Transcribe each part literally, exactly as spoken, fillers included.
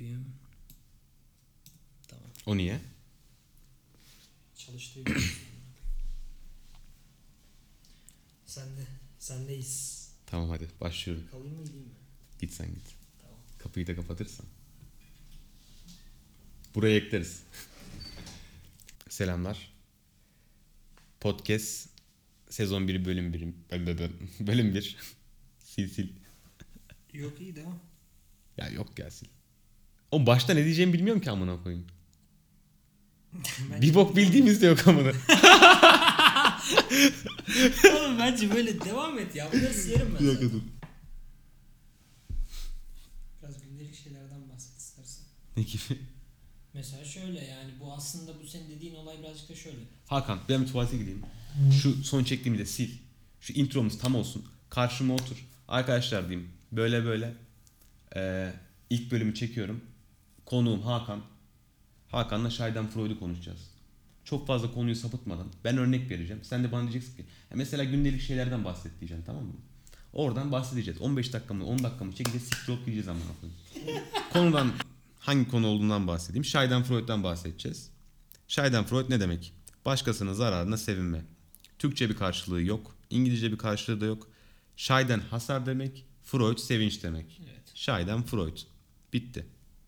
yapayım. Tamam. O niye? Çalıştığı Sen de. Sendeyiz. Tamam hadi başlıyorum. Kalayım mı gideyim mi? Git sen git. Tamam. Kapıyı da kapatırsan. Buraya ekleriz. Selamlar. Podcast sezon bir bölüm bir bölüm bir. Sil sil. Yok iyi devam. Ya yok ya sil. O başta ne diyeceğimi bilmiyorum ki amına koyayım. Bir bok bildiğimiz de yok amına. Oğlum bence böyle devam et ya. Bunları silerim ben zaten. Biraz gündelik şeylerden bahset istersen. Ne gibi? Mesela şöyle yani bu aslında bu senin dediğin olay birazcık da şöyle. Hakan ben bir tuvalete gideyim. Şu son çektiğimi de sil. Şu intromuz tam olsun. Karşıma otur. Arkadaşlar diyeyim. Böyle böyle. Ee, ilk bölümü çekiyorum. Konuğum Hakan. Hakan'la Schadenfreude'u konuşacağız. Çok fazla konuyu sapıtmadan ben örnek vereceğim. Sen de bana diyeceksin ki mesela gündelik şeylerden bahset diyeceksin, tamam mı? Oradan bahsedeceğiz. on beş dakika mı on dakika mı çekeceğiz, siktir olup gideceğiz amına koyayım. Konudan hangi konu olduğundan bahsedeyim. Schadenfreude'dan bahsedeceğiz. Schadenfreude ne demek? Başkasının zararına sevinme. Türkçe bir karşılığı yok. İngilizce bir karşılığı da yok. Schaden hasar demek. Freud sevinç demek. Evet. Schadenfreude. Bitti.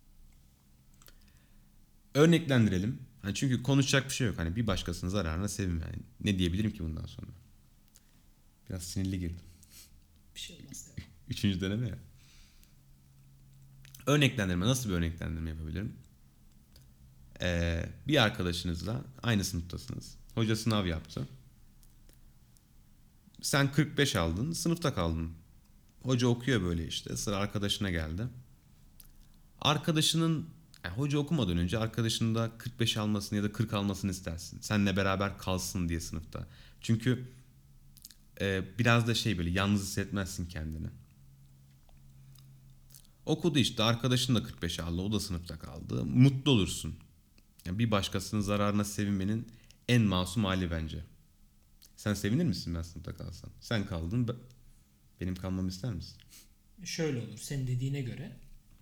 Örneklendirelim. Hani çünkü konuşacak bir şey yok. Hani bir başkasının zararına sevinme. Yani ne diyebilirim ki bundan sonra? Biraz sinirli girdim. Bir şey olmaz. Üçüncü deneme ya. Örneklendirme. Nasıl bir örneklendirme yapabilirim? Ee, bir arkadaşınızla aynı sınıftasınız. Hoca sınav yaptı. Sen kırk beş aldın. Sınıfta kaldın. Hoca okuyor böyle işte. Sıra arkadaşına geldi. Arkadaşının yani hoca okumadan önce arkadaşının da kırk beş almasını ya da kırk almasını istersin. Seninle beraber kalsın diye sınıfta. Çünkü e, biraz da şey böyle yalnız hissetmezsin kendini. Okudu işte, arkadaşın da kırk beş aldı, o da sınıfta kaldı. Mutlu olursun. Yani bir başkasının zararına sevinmenin en masum hali bence. Sen sevinir misin ben sınıfta kalsam? Sen kaldın, benim kalmamı ister misin? Şöyle olur senin dediğine göre.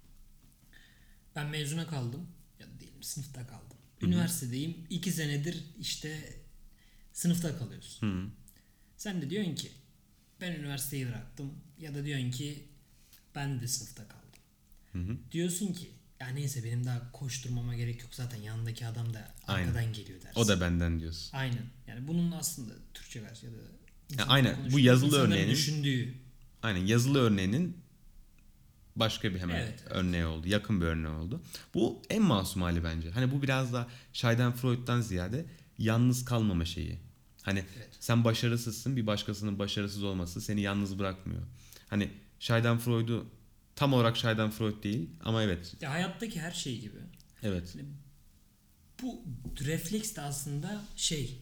Ben mezuna kaldım. Ya da diyelim sınıfta kaldım. Üniversitedeyim. iki senedir işte sınıfta kalıyorsun. Hı-hı. Sen de diyorsun ki ben üniversiteyi bıraktım. Ya da diyorsun ki ben de sınıfta kaldım. Hı-hı. Diyorsun ki ya neyse benim daha koşturmama gerek yok. Zaten yanındaki adam da arkadan Aynen. geliyor dersin. O da benden diyorsun. Aynen. Yani bunun aslında Türkçe versiyonu ya da ya aynen bu yazılı örneğinin düşündüğü. Aynen yazılı örneğinin başka bir hemen evet, evet. örneği oldu. Yakın bir örneği oldu. Bu en masum hali bence. Hani bu biraz da Schadenfreude'dan ziyade yalnız kalmama şeyi. Hani evet. sen başarısızsın, bir başkasının başarısız olması seni yalnız bırakmıyor. Hani Schadenfreude'u tam olarak Schadenfreude değil ama evet. Ya hayattaki her şey gibi. Evet. Yani bu refleks de aslında şey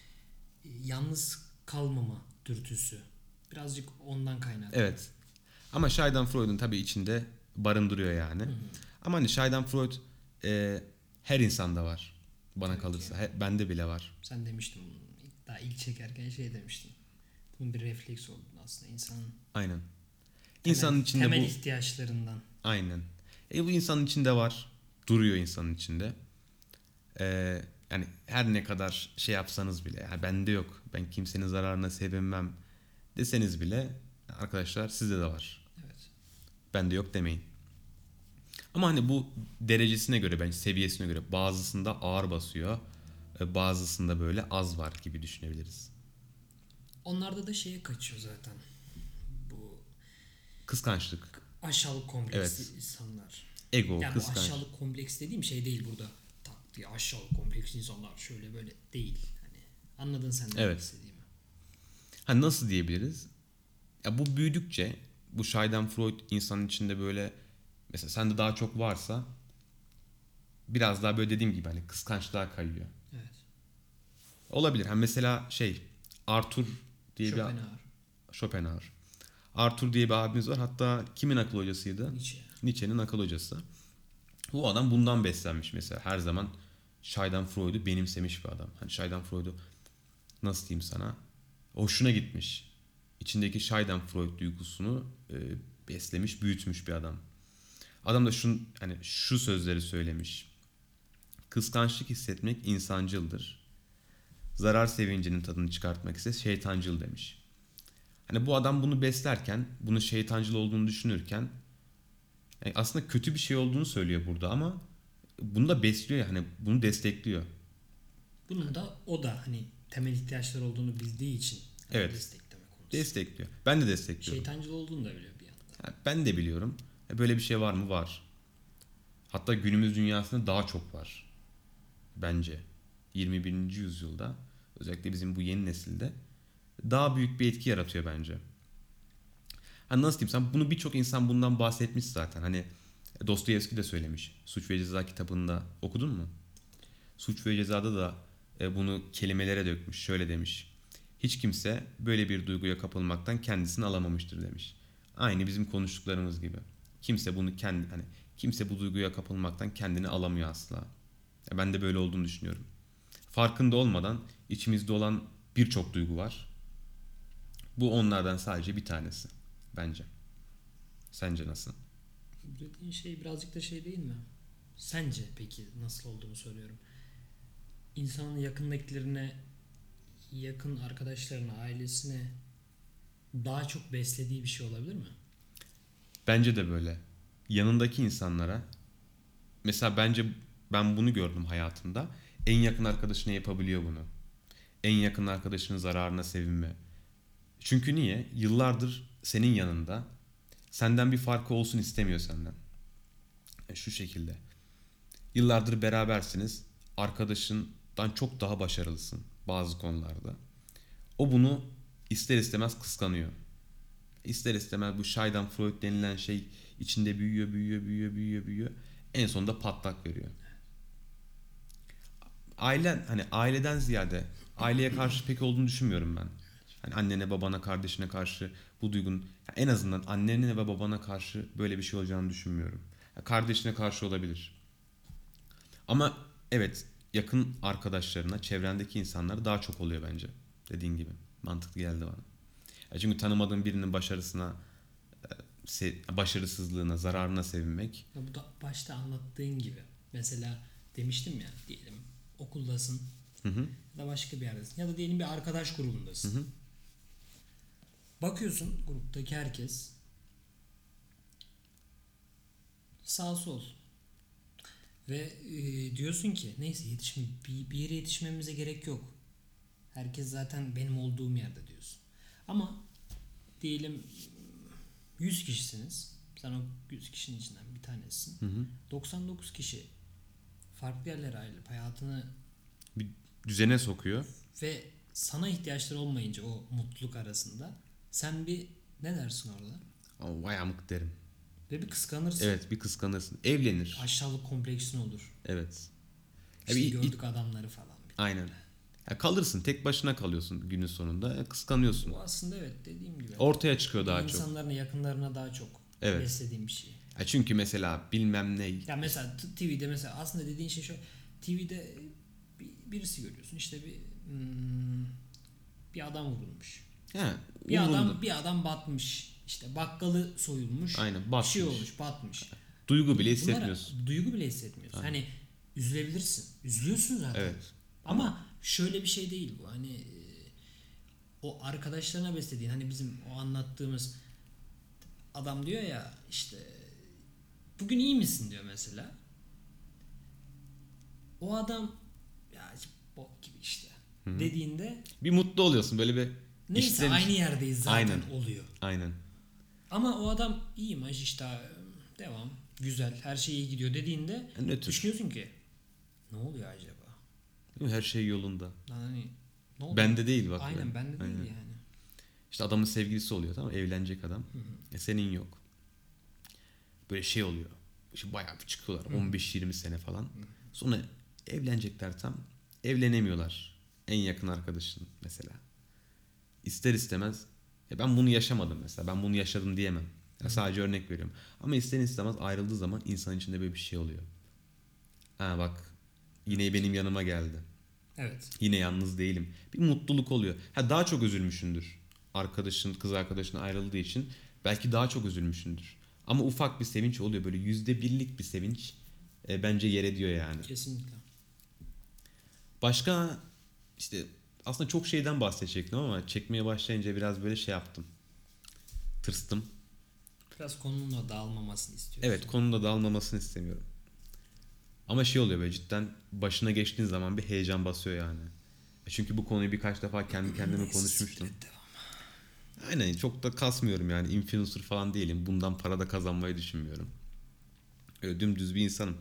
yalnız kalmama dürtüsü. Birazcık ondan kaynaklı. Evet. Ama Schadenfreude'un tabii içinde barındırıyor yani. Hı hı. Ama hani Schadenfreude e, her insanda var. Bana evet kalırsa. He, bende bile var. Sen demiştin daha ilk çekerken şey demiştin. Bunun bir refleks olduğunu aslında insanın. Aynen. Temel, İnsanın içinde temel bu. ihtiyaçlarından. Aynen. E bu insanın içinde var. Duruyor insanın içinde. Ee, yani her ne kadar şey yapsanız bile, yani bende yok, ben kimsenin zararına sevinmem deseniz bile arkadaşlar sizde de var. Evet. Bende yok demeyin. Ama hani bu derecesine göre, bence seviyesine göre bazısında ağır basıyor, bazısında böyle az var gibi düşünebiliriz. Onlarda da şeye kaçıyor zaten. Bu kıskançlık. Aşağılık kompleksi evet. insanlar. Ego, yani kıskanç. Bu aşağılık kompleks dediğim şey değil burada. Tak diye aşağılık kompleks insanlar şöyle böyle değil. Hani anladın sen ne evet. istediğimi. Hani nasıl diyebiliriz? Ya bu büyüdükçe bu Schadenfreude insanın içinde böyle mesela sende daha çok varsa biraz daha böyle dediğim gibi hani kıskançlığa kayıyor. Evet. Olabilir. Hani mesela şey Arthur diye Schopenhauer. bir Schopenhauer. Arthur diye bir abimiz var. Hatta kimin akıl hocasıydı? Nietzsche. Nietzsche'nin akıl hocası. Bu adam bundan beslenmiş mesela. Her zaman Schadenfreude'u benimsemiş bir adam. Hani Schadenfreude'u nasıl diyeyim sana? Hoşuna gitmiş. İçindeki Schadenfreude duygusunu e, beslemiş, büyütmüş bir adam. Adam da şun, hani şu sözleri söylemiş. Kıskançlık hissetmek insancıldır. Zarar sevincinin tadını çıkartmak ise şeytancıl demiş. Hani bu adam bunu beslerken, bunun şeytancıl olduğunu düşünürken yani aslında kötü bir şey olduğunu söylüyor burada ama bunu da besliyor ya, hani bunu destekliyor. Bunun da o da hani temel ihtiyaçlar olduğunu bildiği için hani Evet. destekleme konusu. Destekliyor. Ben de destekliyorum. Şeytancıl olduğunu da biliyor bir yandan. Yani ben de biliyorum. Böyle bir şey var mı? Var. Hatta günümüz dünyasında daha çok var. Bence. yirmi birinci yüzyılda özellikle bizim bu yeni nesilde daha büyük bir etki yaratıyor bence. Hani nasıl diyeyim, sen bunu birçok insan bundan bahsetmiş zaten. Hani Dostoyevski de söylemiş. Suç ve Ceza kitabında okudun mu? Suç ve Ceza'da da e, bunu kelimelere dökmüş. Şöyle demiş. Hiç kimse böyle bir duyguya kapılmaktan kendisini alamamıştır demiş. Aynı bizim konuştuklarımız gibi. Kimse bunu kendi hani kimse bu duyguya kapılmaktan kendini alamıyor asla. Ya ben de böyle olduğunu düşünüyorum. Farkında olmadan içimizde olan birçok duygu var. Bu onlardan sadece bir tanesi bence. Sence nasıl? Dediğin şey birazcık da şey değil mi? Sence peki nasıl olduğunu soruyorum. İnsanın yakındakilerine, yakın arkadaşlarına, ailesine daha çok beslediği bir şey olabilir mi? Bence de böyle. Yanındaki insanlara mesela bence ben bunu gördüm hayatımda. En yakın arkadaşına yapabiliyor bunu. En yakın arkadaşının zararına sevinme. Çünkü niye? Yıllardır senin yanında. Senden bir farkı olsun istemiyor senden. E şu şekilde. Yıllardır berabersiniz. Arkadaşından çok daha başarılısın bazı konularda. O bunu ister istemez kıskanıyor. İster istemez bu Schadenfreude denilen şey içinde büyüyor, büyüyor, büyüyor, büyüyor, büyüyor. En sonunda patlak veriyor. Ailen, hani aileden ziyade aileye karşı pek olduğunu düşünmüyorum ben. Hani annene, babana, kardeşine karşı bu duygun, en azından annene ve babana karşı böyle bir şey olacağını düşünmüyorum. Kardeşine karşı olabilir. Ama evet, yakın arkadaşlarına, çevrendeki insanlara daha çok oluyor bence. Dediğin gibi. Mantıklı geldi bana. Ya çünkü tanımadığın birinin başarısına, başarısızlığına, zararına sevinmek. Ya bu da başta anlattığın gibi. Mesela demiştim ya, diyelim okuldasın, Hı hı. ya da başka bir yerdesin ya da diyelim bir arkadaş grubundasın. Hı hı. Bakıyorsun gruptaki herkes sağ sol ve e, diyorsun ki neyse yetişme, bir, bir yere yetişmemize gerek yok. Herkes zaten benim olduğum yerde diyorsun. Ama diyelim yüz kişisiniz. Sen o yüz kişinin içinden bir tanesisin. Hı hı. doksan dokuz kişi farklı yerlere ayrılıp hayatını Bir düzene sokuyor. ve sana ihtiyaçları olmayınca o mutluluk arasında sen bir ne dersin orada? Ama vay amık derim. Ve bir kıskanırsın. Evet, bir kıskanırsın. Evlenir. Aşağılık kompleksin olur. Evet. İşte bir- gördük adamları falan. Aynen. Ya kalırsın. Tek başına kalıyorsun günün sonunda. Ya kıskanıyorsun. Bu aslında evet dediğim gibi. Ortaya çıkıyor daha çok. İnsanların yakınlarına daha çok Evet. beslediğim bir şey. Ya çünkü mesela bilmem ne. Ya mesela t- T V'de mesela aslında dediğin şey şu. T V'de bir, birisi görüyorsun. İşte bir hmm, bir adam vurulmuş. He, Bir umurunda. adam bir adam batmış. İşte bakkalı soyulmuş. Aynen, Bir batmış. şey olmuş, batmış. Duygu bile Bunlara hissetmiyorsun. duygu bile hissetmiyorsun. Aynen. Hani üzülebilirsin. Üzülüyorsun zaten. Evet. Ama şöyle bir şey değil bu. Hani e, o arkadaşlarına beslediğin hani bizim o anlattığımız adam diyor ya işte bugün iyi misin diyor mesela. O adam ya bok gibi işte Hı-hı. dediğinde Bir mutlu oluyorsun böyle bir. neyse işten- aynı yerdeyiz zaten Aynen. oluyor. Aynen. Ama o adam iyiymiş işte devam güzel her şey iyi gidiyor dediğinde Yani nötr. düşünüyorsun ki ne oluyor acaba? Her şey yolunda. Hani ne oluyor? Bende değil bak. Aynen ben. bende değil Aynen. yani. İşte adamın sevgilisi oluyor, tamam mı? Evlenecek adam. Hı hı. E senin yok. Böyle şey oluyor. İşte bayağı bir çıkıyorlar. Hı. on beş yirmi sene falan. Sonra evlenecekler tam. Evlenemiyorlar. En yakın arkadaşın mesela. İster istemez. Ya ben bunu yaşamadım mesela. Ben bunu yaşadım diyemem. Ya sadece örnek veriyorum. Ama ister istemez ayrıldığı zaman insan içinde böyle bir şey oluyor. Ha bak, yine benim yanıma geldi. Evet. Yine yalnız değilim. Bir mutluluk oluyor. Ha daha çok üzülmüşsündür. Arkadaşın, kız arkadaşın ayrıldığı için belki daha çok üzülmüşsündür. Ama ufak bir sevinç oluyor. Böyle yüzde birlik bir sevinç e, bence yer ediyor yani. Kesinlikle. Başka işte aslında çok şeyden bahsedecektim ama çekmeye başlayınca biraz böyle şey yaptım. Tırstım. Biraz konunun da dağılmamasını istiyorsun. Evet, konunun da dağılmamasını istemiyorum. Ama şey oluyor böyle cidden başına geçtiğin zaman bir heyecan basıyor yani. E Çünkü bu konuyu birkaç defa kendi kendime konuşmuştum. Aynen, çok da kasmıyorum yani, influencer falan değilim. Bundan para da kazanmayı düşünmüyorum. Öyle dümdüz bir insanım.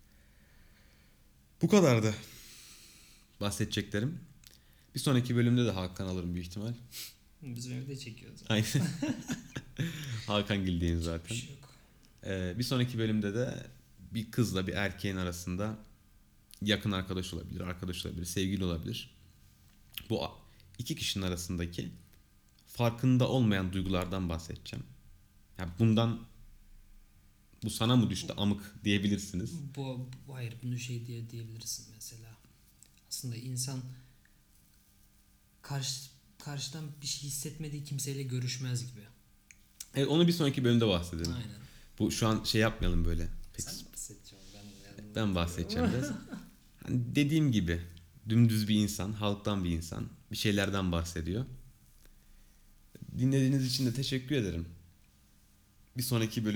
Bu kadardı bahsedeceklerim. Bir sonraki bölümde de Hakan alırım büyük ihtimal. Bizim evde çekiyoruz. Aynen. Hakan Gildiğin Bir zaten. şey yok. Ee, bir sonraki bölümde de bir kızla bir erkeğin arasında yakın arkadaş olabilir, arkadaş olabilir, sevgili olabilir. Bu a- iki kişinin arasındaki farkında olmayan duygulardan bahsedeceğim. Yani bundan bu sana mı düştü amık diyebilirsiniz. Bu, bu hayır bunu şey diye diyebilirsin mesela. Aslında insan karşı karşıdan bir şey hissetmediği kimseyle görüşmez gibi. Evet, onu bir sonraki bölümde bahsedelim. Aynen. Bu şu an şey yapmayalım böyle. Pek Sen bahsedeceğim ben. ben bahsedeceğim biraz. Hani dediğim gibi dümdüz bir insan, halktan bir insan bir şeylerden bahsediyor. Dinlediğiniz için de teşekkür ederim. Bir sonraki bölüm